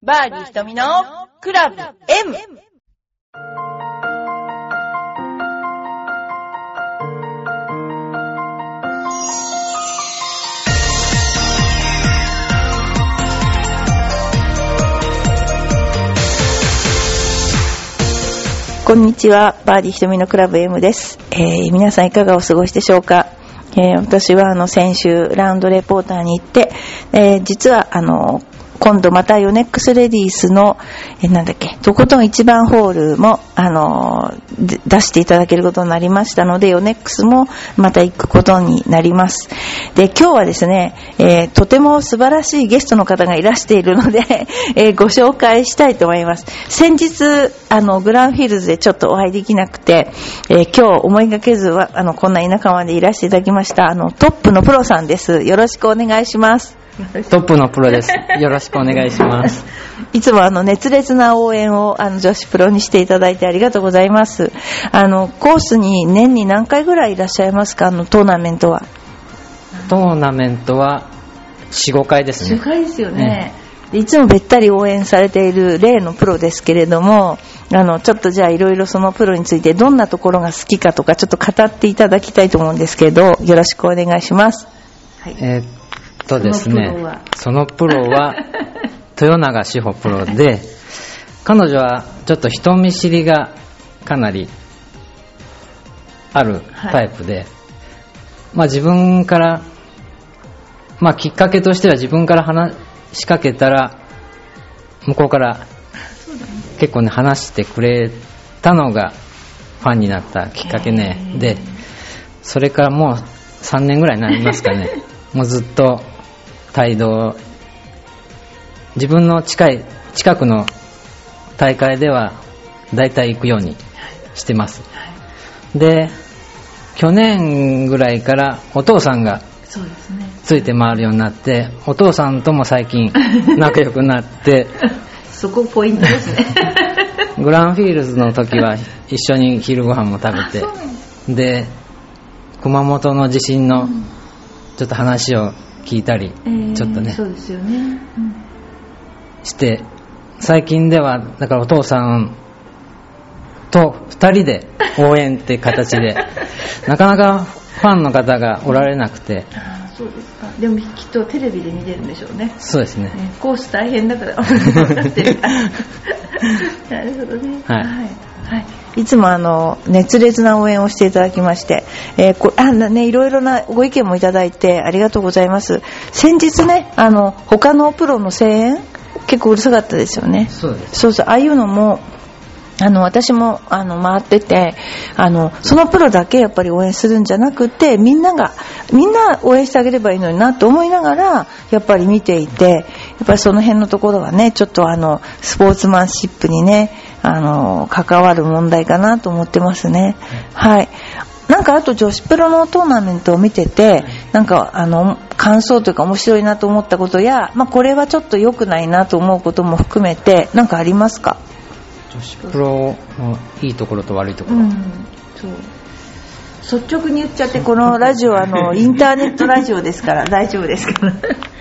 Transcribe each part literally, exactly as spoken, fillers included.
バーディー瞳のクラブ M。 こんにちは、バーディー瞳のクラブ M です。えー、皆さんいかがお過ごしでしょうか。えー、私はあの先週ラウンドレポーターに行って、えー、実はあの今度またヨネックスレディースの、えなんだっけ、とことん一番ホールも、あのー、出していただけることになりましたので、ヨネックスもまた行くことになります。で、今日はですね、えー、とても素晴らしいゲストの方がいらしているので、えー、ご紹介したいと思います。先日、あの、グランフィールズでちょっとお会いできなくて、えー、今日思いがけずは、あの、こんな田舎までいらしていただきました、あの、トップのプロさんです。よろしくお願いします。 トップのプロです。よろしくお願いします。 いつもあの熱烈な応援をあの女子プロにしていただいてありがとうございます。あのコースに年に何回ぐらいいらっしゃいますか？あのトーナメントは。 トーナメントはよん、ごかいですね。 よんかいですよね。うん、いつもべったり応援されている例のプロですけれども、あのちょっとじゃあいろいろそのプロについてどんなところが好きかとかちょっと語っていただきたいと思うんですけど、よろしくお願いします。 はい。えーとですね、そのプロは豊永志保プロで、彼女はちょっと人見知りがかなりあるタイプで、はい、まあ自分から、まあきっかけとしては自分から話しかけたら向こうから結構ね話してくれたのがファンになったきっかけねで、それからもうさんねんぐらいになりますかね。もうずっと帯同、自分の近い近くの大会ではだいたい行くようにしてます。で、去年ぐらいからお父さんがついて回るようになって、お父さんとも最近仲良くなってそこポイントですね。 グランフィールズの時は一緒に昼ご飯も食べて、で熊本の地震のちょっと話を聞いたり、えー、ちょっとね、 そうですよね、うん、 して最近ではだからお父さんとふたりで応援って形でなかなかファンの方がおられなくて。 あ、そうですか。でもきっとテレビで見てるんでしょうね。 そうですね、 ね、コース大変だから分かってるからなるほどね。はい、はいはい、いつもあの熱烈な応援をしていただきまして、えー、こあね、いろいろなご意見もいただいてありがとうございます。先日ね、あの他のプロの声援結構うるさかったですよね。 そうです。 そうそう、ああいうのもあの私もあの回ってて、あのそのプロだけやっぱり応援するんじゃなくて、みんながみんな応援してあげればいいのになと思いながらやっぱり見ていて、やっぱりその辺のところはね、ちょっとあのスポーツマンシップにね、あの関わる問題かなと思ってますね。はい。なんかあと女子プロのトーナメントを見てて、なんかあの感想というか面白いなと思ったことや、まあ、これはちょっと良くないなと思うことも含めて何かありますか？ 女子プロのいいところと悪いところ、うん、 そう率直に言っちゃって、このラジオはあのインターネットラジオですから大丈夫ですから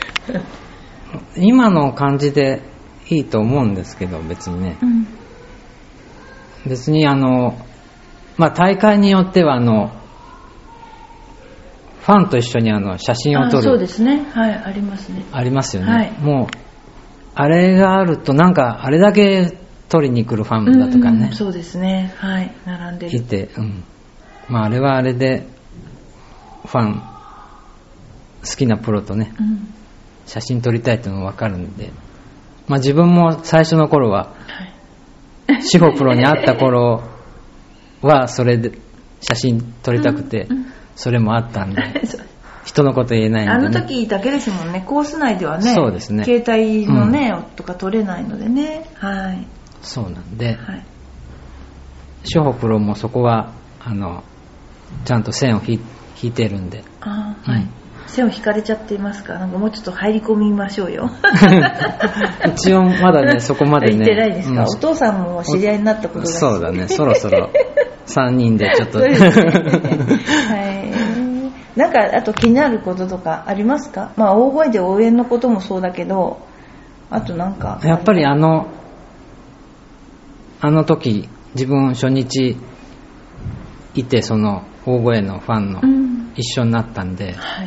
今の感じでいいと思うんですけど、別にね、うん、別にあの、まあ、大会によってはあのファンと一緒にあの写真を撮る、 あ、そうですね、はい、ありますね、 ありますよね、 はい、 もうあれがあるとなんかあれだけ取りに来るファンだとかね、 うん、そうですね、はい、並んでるいて、うん、まあ、あれはあれでファン好きなプロとね、うん、写真撮りたいっていうのが分かるんで、まあ、自分も最初の頃は、はい、志保プロに会った頃はそれで写真撮りたくて、うんうん、それもあったんで人のこと言えないんで、ね、 あの時だけですもんね、コース内ではね、 そうですね、 携帯のね、うん、とか撮れないのでね、はい、 そうなんで、はい、志保プロもそこはあのちゃんと線を引いてるんで、 あ、はい、うん、線を引かれちゃっていますか？なんかもうちょっと入り込みましょうよ一応まだねそこまでね行ってないですか、うん、お父さんも知り合いになったことが、 そうだね、そろそろさんにんでちょっと、ね、 はい、なんかあと気になることとかありますか？まあ大声で応援のこともそうだけど、 あとなんかやっぱりあのあの時自分初日いて、その大声のファンの一緒になったんで、うん、はい、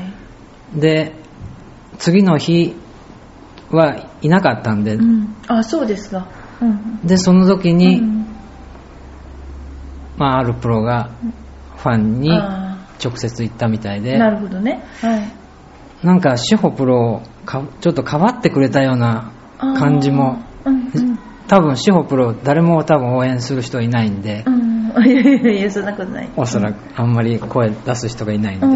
で次の日はいなかったんで、うん、 あ、そうですか、うん、でその時に、うん、まあ、あるプロがファンに直接言ったみたいで、 なるほどね、はい、 なんか志保プロをかちょっとかばってくれたような感じも、うんうん、多分志保プロ誰も多分応援する人いないんで、うん、 いやいやいや、そんなことない、 おそらくあんまり声出す人がいないんで、うん、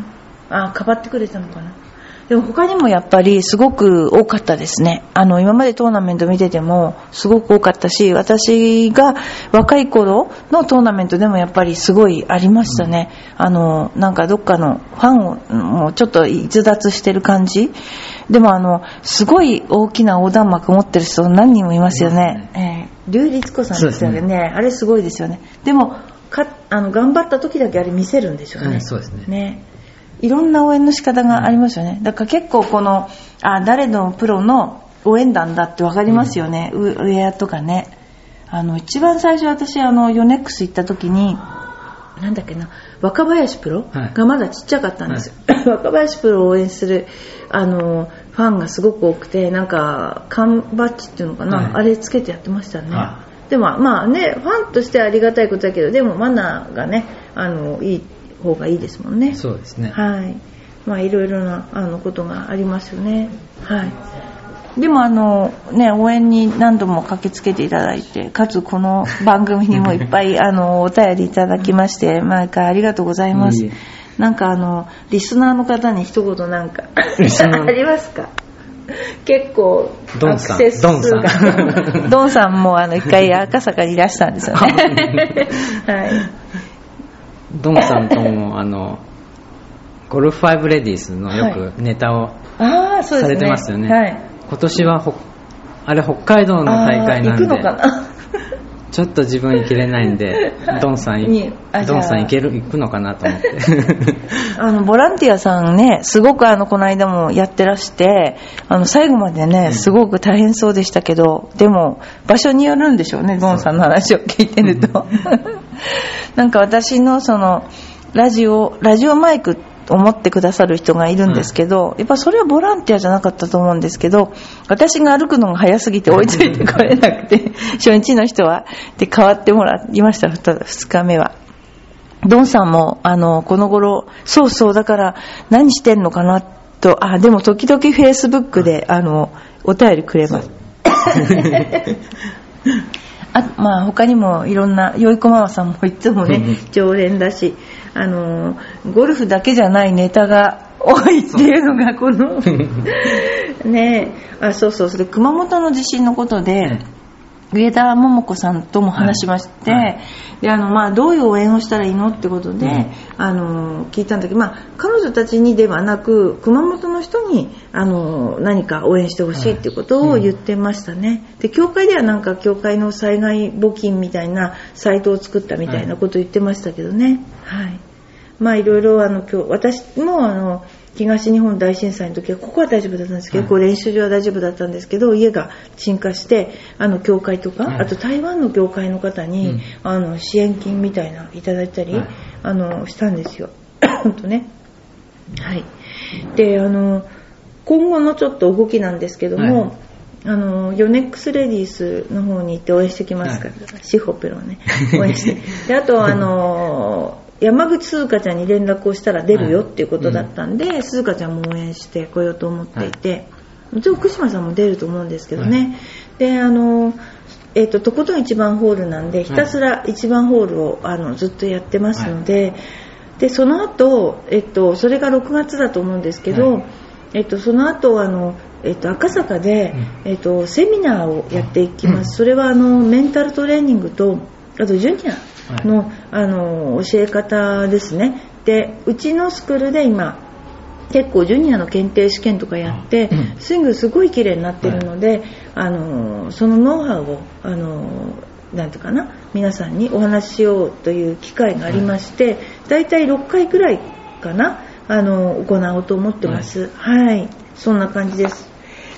あ、かばってくれたのかな。でも他にもやっぱりすごく多かったですね。あの今までトーナメント見ててもすごく多かったし、私が若い頃のトーナメントでもやっぱりすごいありましたね、うん、あのなんかどっかのファンをもうちょっと逸脱してる感じでも、あのすごい大きな横断幕持ってる人何人もいますよね、ね、えー、劉律子さんですよね、ね、あれすごいですよね。でもかあの頑張った時だけあれ見せるんでしょうね、うん、 そうですね、 ね、いろんな応援の仕方がありますよね。だから結構このあ誰のプロの応援団だって分かりますよね、うん、ウェアとかね。あの一番最初私あのヨネックス行った時になんだっけな、若林プロがまだちっちゃかったんですよ、はい、若林プロを応援するあのファンがすごく多くて、なんか缶バッジっていうのかな、はい、あれつけてやってましたね、はい、でもまあね、ファンとしてはありがたいことだけど、でもマナーがね、あのいい方がいいですもんね。 そうですね、 はい、まあいろいろなあのことがありますよね。はい。でもあのね、応援に何度も駆けつけていただいて、かつこの番組にもいっぱいあのお便りいただきまして毎回ありがとうございます。いい、なんかあのリスナーの方に一言なんかありますか？結構アクセス数がドンさんもあの一回赤坂にいらしたんですよね。はい。 ドンさんともあのゴルフファイブレディースのよくネタをされてますよね。はい、今年はほあれ北海道の大会なんで、行くのかなちょっと自分行けれないんで、ドンさんドンさん行ける行くのかなと思ってあのボランティアさんね、すごくあのこの間もやってらして、あの最後までねすごく大変そうでしたけど、でも場所によるんでしょうね、ドンさんの話を聞いてるとなんか私のそのラジオラジオマイクを持ってくださる人がいるんですけど、やっぱそれはボランティアじゃなかったと思うんですけど、私が歩くのが早すぎて追いついてこれなくて初日の人はで代わってもらいました。ふつかめはドンさんもあのこの頃そうそうだから何してんのかなと、あでも時々フェイスブックであのお便りくれますあ、まあ、他にもいろんなよいこママさんもいつもね常連だし、あのゴルフだけじゃないネタが多いっていうのがこのねえ、あそうそうそれ熊本の地震のことで上田桃子さんとも話しまして、はいはい、であのまあどういう応援をしたらいいのってことで、うん、あの聞いたんだけど、まあ、彼女たちにではなく熊本の人にあの何か応援してほしいっていうことを言ってましたね、はい、うん、で教会ではなんか教会の災害募金みたいなサイトを作ったみたいなことを言ってましたけどね、はい、まあいろいろあの今日私もあの東日本大震災の時はここは大丈夫だったんですけど、はい、こう練習場は大丈夫だったんですけど、家が沈下してあの教会とか、はい、あと台湾の教会の方に、うん、あの支援金みたいないただいたり、はい、あのしたんですよ本当ね。はい。であの今後のちょっと動きなんですけども、はい、あのヨネックスレディースの方に行って応援してきますから、はい、シホペロね応援してであとあの山口鈴香ちゃんに連絡をしたら出るよっていうことだったんで、はい、うん、鈴香ちゃんも応援してこようと思っていて、はい、もちろん福島さんも出ると思うんですけどね、はい、であの、えーと、とことんいちばんホールなんでひたすらいちばんホールをあのずっとやってますので、はい、でその後、えーと、それがろくがつだと思うんですけど、はい、えーと、その後あのえー、と赤坂で、えー、とセミナーをやっていきます、うん、それはあのメンタルトレーニングとあとジュニアの、はい、あの教え方ですね。でうちのスクールで今結構ジュニアの検定試験とかやって、うん、スイングすごい綺麗になってるので、はい、あのそのノウハウをあのなんていうかな皆さんにお話ししようという機会がありまして、はい、だいたいろっかいくらいかなあの行おうと思ってます、はい、はい、そんな感じです。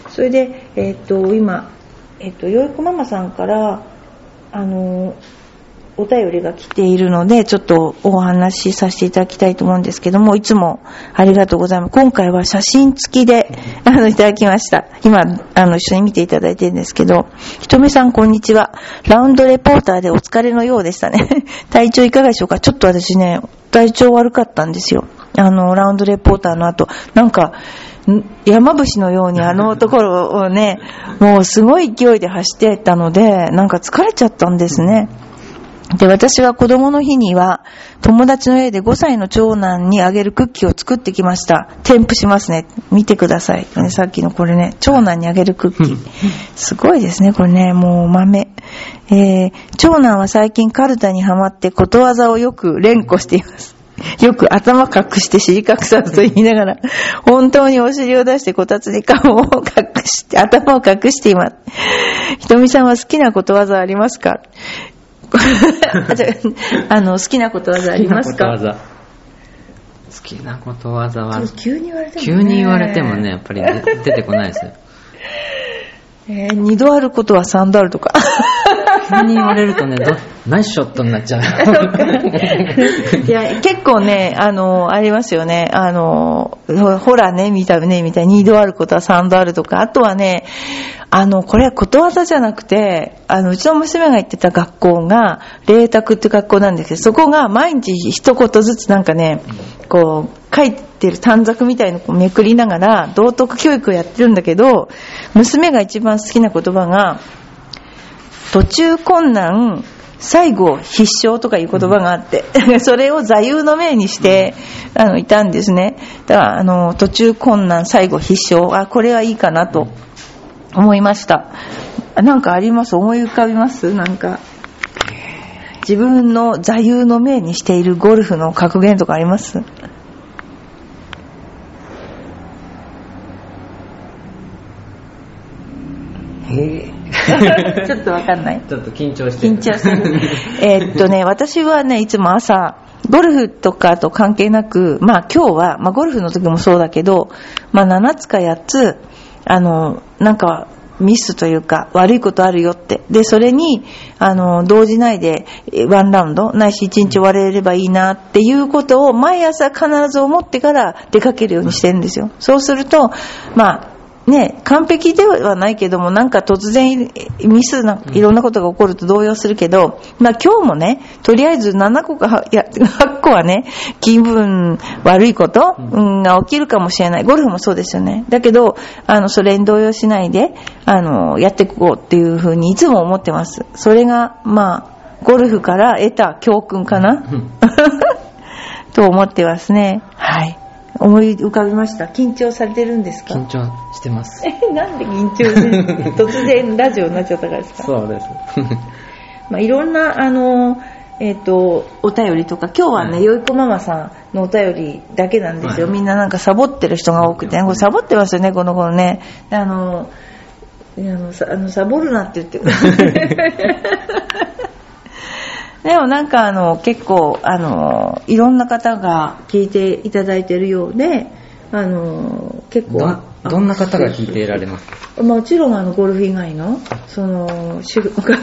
それで、えっと、今、えっと、よいこママさんから、あの、お便りが来ているので、ちょっとお話しさせていただきたいと思うんですけども、いつもありがとうございます。今回は写真付きで、あの、いただきました。今、あの、一緒に見ていただいてるんですけど、ひとみさんこんにちは。ラウンドレポーターでお疲れのようでしたね。体調いかがでしょうか？ちょっと私ね、体調悪かったんですよ。あの、ラウンドレポーターの後、なんか、山伏のようにあのところをね、もうすごい勢いで走ってたので、なんか疲れちゃったんですね。で、私は子供の日には友達の家でごさいの長男にあげるクッキーを作ってきました。添付しますね。見てください。ね、さっきのこれね、長男にあげるクッキー。すごいですね、これね、もう豆。えー、長男は最近カルタにハマってことわざをよく連呼しています。よく頭隠して尻隠さずと言いながら、本当にお尻を出してこたつに顔を隠して、頭を隠しています。ひとみさんは好きなことわざありますか？あ, じゃあ, あの好きなことわざありますか？ 好きなことわざは急に言われてもね、 急に言われてもね、やっぱり出てこないですよ。 えー、二度あることは三度あるとか。 急に言われるとね、どナイスショットになっちゃう。 いや、結構ね、あの、ありますよね。あの、ほらね、見たね、みたいに二度あることは三度あるとか。あとはね、あの、これはことわざじゃなくて、あの、うちの娘が行ってた学校が、麗澤っていう学校なんですけど、そこが毎日一言ずつなんかね、こう、書いてる短冊みたいのをめくりながら、道徳教育をやってるんだけど、娘が一番好きな言葉が、途中困難、最後必勝とかいう言葉があって、それを座右の銘にしてあのいたんですね。だからあの途中困難、最後必勝、あ、これはいいかなと思いました。なんかあります？思い浮かびます？なんか自分の座右の銘にしているゴルフの格言とかあります？へーちょっとわかんない。 ちょっと緊張してる。 緊張する。えーっとね、私はね、いつも朝、ゴルフとかと関係なく、まあ今日は、まあゴルフの時もそうだけど、まあななつかやっつ、あの、なんかミスというか悪いことあるよって。で、それに、あの、動じないでワンラウンド、ないし一日終われればいいなっていうことを毎朝必ず思ってから出かけるようにしてるんですよ。そうすると、まあ、ね、完璧ではないけども、なんか突然ミスないろんなことが起こると動揺するけど、まあ今日もね、とりあえずななこかはっこはね、気分悪いこと、うん、が起きるかもしれない。ゴルフもそうですよね。だけど、あの、それに動揺しないで、あの、やっていこうっていうふうにいつも思ってます。それが、まあ、ゴルフから得た教訓かなと思ってますね。はい。思い浮かびました。緊張されてるんですか？ 緊張してます。 え、なんで緊張して突然ラジオになっちゃったからですか？ そうです。 まあいろんなあのえっ、ー、とお便りとか、今日はね、はい、よいこママさんのお便りだけなんですよ。はい、みんななんかサボってる人が多くて、ね、これサボってますよね、この頃ね。あのあのさあのサボるなって言って。でもなんかあの結構あのいろんな方が聞いていただいているようで、あの結構ど, どんな方が聞いていられますか？ もちろんあのゴルフ以外のその主婦スク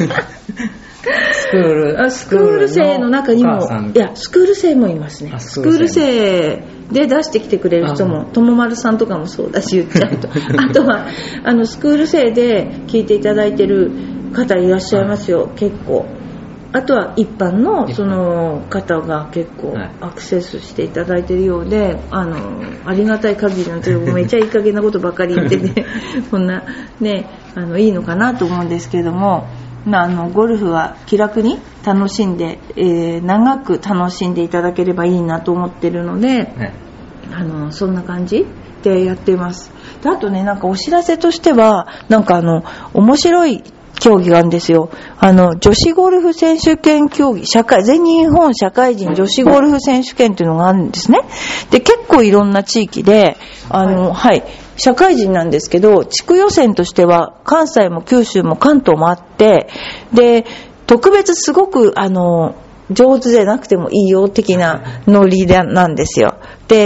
ールスクール生の中にも、いやスクール生もいますね。スクール生で出してきてくれる人も、ともまるさんとかもそうだし言っちゃうと、あとはあのスクール生で聞いていただいている方いらっしゃいますよ、結構。あとは一般のその方が結構アクセスしていただいているようで、あのありがたい限りなんて、めっちゃいい加減なことばっかり言っててこんなね、あのいいのかなと思うんですけれども、まあ、あのゴルフは気楽に楽しんで、えー、長く楽しんでいただければいいなと思ってるので、はい、あのそんな感じでやっています。で、あとね、なんかお知らせとしては、なんかあの面白い競技があるんですよ。あの女子ゴルフ選手権競技、社会全日本社会人女子ゴルフ選手権っていうのがあるんですね。で、結構いろんな地域で、あの、はい、はい、社会人なんですけど、地区予選としては関西も九州も関東もあって、で、特別すごくあの上手でなくてもいいよ的なノリでなんですよ。で、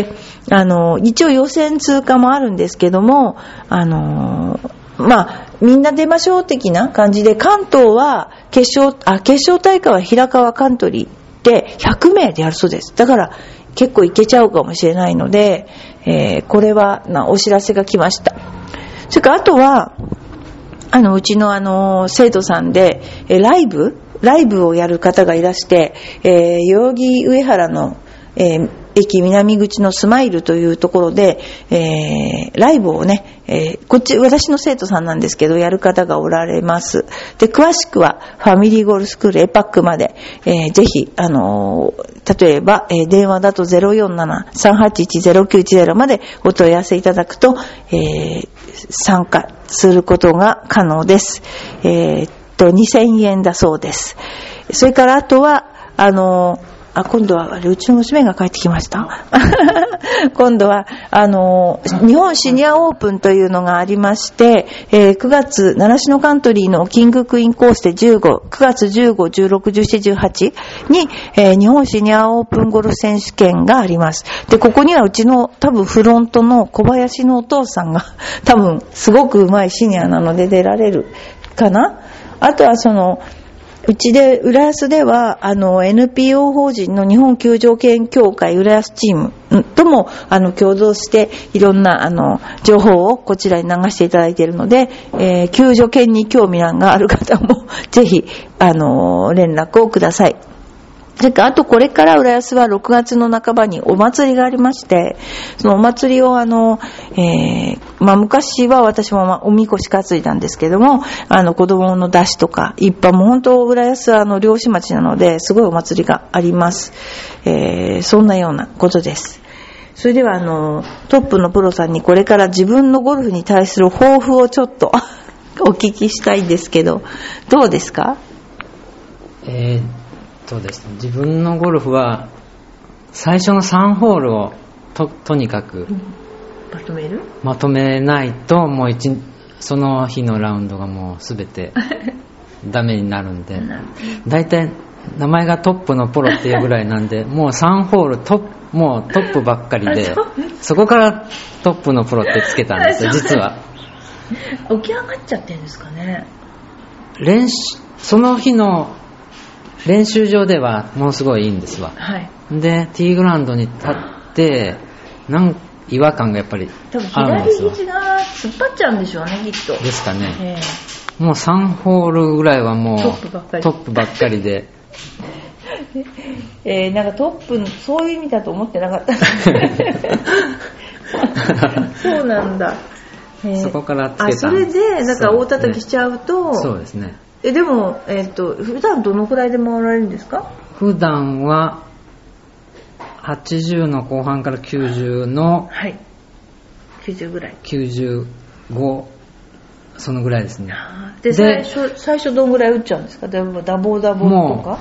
あの、一応予選通過もあるんですけども、あの、まあ、みんな出ましょう的な感じで、関東は決勝、あ、決勝大会は平川カントリーでひゃくめいでやるそうです。だから結構いけちゃうかもしれないので、えー、これはなお知らせが来ました。それからあとは、あの、うちのあの、生徒さんで、え、ライブライブをやる方がいらして、えー、代々木上原の、えー、駅南口のスマイルというところで、えー、ライブをね、えー、こっち、私の生徒さんなんですけど、やる方がおられます。で、詳しくは、ファミリーゴールスクールエパックまで、えー、ぜひ、あのー、例えば、えー、電話だと ゼロよんなな さんはちいち ゼロきゅういちゼロ までお問い合わせいただくと、えー、参加することが可能です。えー、っと、にせんえんだそうです。それからあとは、あのー、あ、今度は、あれ、うちの娘が帰ってきました。今度は、あの、日本シニアオープンというのがありまして、えー、くがつ、習志野カントリーのキングクイーンコースでじゅうご、くがつじゅうご、じゅうろく、じゅうしち、じゅうはちに、えー、日本シニアオープンゴルフ選手権があります。で、ここにはうちの多分フロントの小林のお父さんが、多分すごく上手いシニアなので出られるかな。あとはその、うちで、浦安では、あの、エヌピーオー 法人の日本救助犬協会浦安チームとも、あの、共同して、いろんな、あの、情報をこちらに流していただいているので、えー、救助犬に興味がある方も、ぜひ、あの、連絡をください。それからあとこれから浦安はろくがつの半ばにお祭りがありまして、そのお祭りをあの、えー、まあ昔は私もまあおみこし担いだんですけども、あの子供の出汁とか、一般も本当浦安はあの漁師町なので、すごいお祭りがあります。えー、そんなようなことです。それではあの、トップのプロさんにこれから自分のゴルフに対する抱負をちょっとお聞きしたいんですけど、どうですか？ えーそうですね、自分のゴルフは最初のさんホールを と, とにかくまとめるまとめないともう一その日のラウンドがもう全てダメになるんでだいたい名前がトップのプロっていうぐらいなんでもうさんホールトップもうトップばっかりでそこからトップのプロってつけたんですよ実は。 起き上がっちゃってるんですかね。 練習その日の練習場ではものすごいいいんですわ、はい、でティーグラウンドに立ってなん違和感がやっぱりあるんですよ。多分左肘が突っ張っちゃうんでしょうねきっとですかね、えー、もうさんホールぐらいはもうトップばっかりトップばっかりでえー、なんかトップそういう意味だと思ってなかったそうなんだ、 えー、そこからつけたんです。 あそれでなんか大叩きしちゃうとそうですね。 えでも、えー、と普段どのくらいで回られるんですか？ 普段ははちじゅうの後半からきゅうじゅうの、 はい、きゅうじゅうぐらいきゅうじゅうごそのぐらいですね。 で最初最初どんぐらい打っちゃうんですか？ダボダボダボとか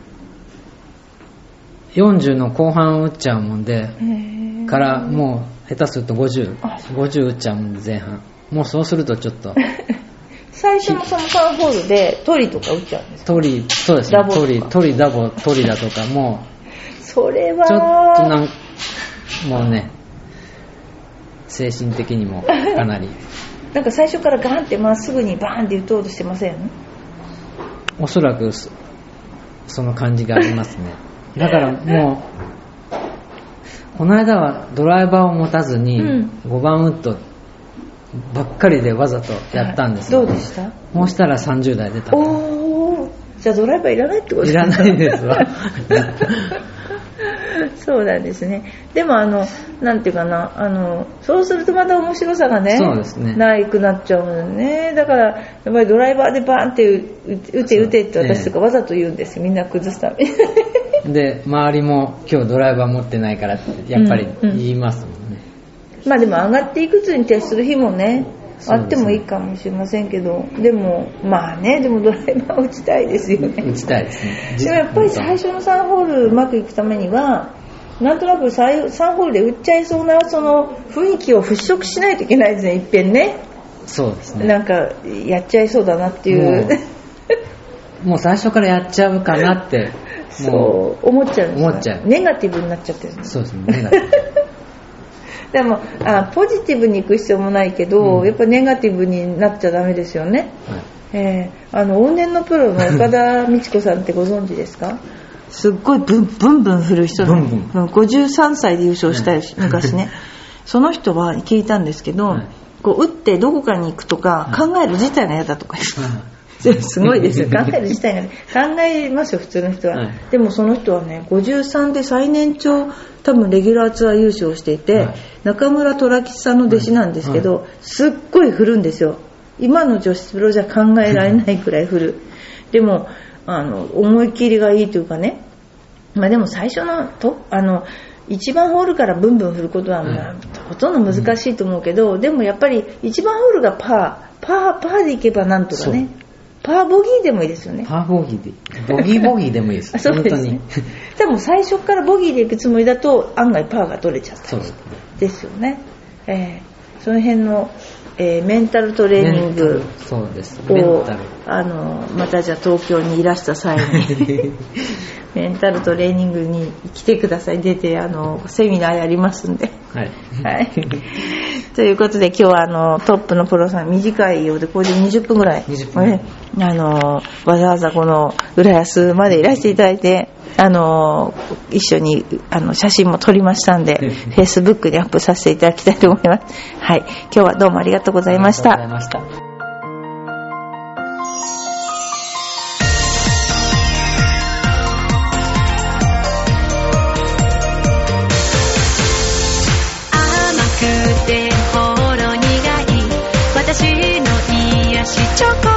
よんじゅうの後半打っちゃうもんでからもう下手するとごじゅう、ごじゅう打っちゃうもんで前半もうそうするとちょっと最初のそのさんホールでトリとか打っちゃうんですか？ トリ、そうですね。トリ、トリ、ダボ、トリだとかもうそれはちょっとなんもうね精神的にもかなりなんか最初からガンってまっすぐにバーンって打とうとしてません？ おそらくその感じがありますね。だからもうこの間はドライバーを持たずにごばんウッドばっかりでわざとやったんですよ、 はい、どうでした？ もうしたらさんじゅうだい出た。 おー、じゃあドライバーいらないってことですか？ いらないですわそうなんですね。でもあのなんていうかなあのそうするとまた面白さがね、 そうですね、 ないくなっちゃうのね。だからやっぱりドライバーでバーンって打て打てって私とかわざと言うんですよ、みんな崩すためにで周りも今日ドライバー持ってないからってやっぱり言いますもんね、うんうん、 まあでも上がっていくつに徹する日もねあってもいいかもしれませんけど、でもまあねでもドライバー打ちたいですよね。 打ちたいですね。 でもやっぱり最初のさんホールうまくいくためにはなんとなくさんホールで打っちゃいそうなその雰囲気を払拭しないといけないですね、いっぺんね。 そうですね。 なんかやっちゃいそうだなっていうもう、もう最初からやっちゃうかなってそう思っちゃうんですよ。 思っちゃう。 ネガティブになっちゃってる、ね、 そうですね、ネガティブでもあポジティブに行く必要もないけど、うん、やっぱネガティブになっちゃダメですよね、はい、えー、あの往年のプロの岡田美智子さんってご存知ですか？すっごいブンブンブン振る人で、ごじゅうさんさいで優勝したよ昔ねその人は聞いたんですけど、はい、こう打ってどこかに行くとか考える自体が嫌だとか言ってすごいですよ。考える自体が、ね、考えますよ普通の人は、はい、でもその人はねごじゅうさんで最年長多分レギュラーツアー優勝していて、はい、中村虎吉さんの弟子なんですけど、はいはい、すっごい振るんですよ。今の女子プロじゃ考えられないくらい振るでもあの思い切りがいいというかね、まあ、でも最初のとあのいちばんホールからブンブン振ることは、まあ、ほとんど難しいと思うけど、でもやっぱりいちばんホールがパーパーパーでいけばなんとかね、パーボギーでもいいですよね。 パーボギーでボギーボギーでもいいですそうですね、本当にでも最初からボギーでいくつもりだと案外パーが取れちゃったりですよね、えー、その辺のえー、メンタルトレーニングをそうですメンタルあのまたじゃあ東京にいらした際にメンタルトレーニングに来てください。出てあのセミナーやりますんで、 はい、 はい、ということで今日はあのトップのプロさん短いようでこれでにじゅっぷんぐらい、 にじゅっぷん、 ね、あのわざわざこの浦安までいらしていただいてあの一緒にあの写真も撮りましたんでフェイスブックにアップさせていただきたいと思います。はい、今日はどうもありがとうございました。 ありがとうございました。 甘くてほろ苦い私の癒しチョコ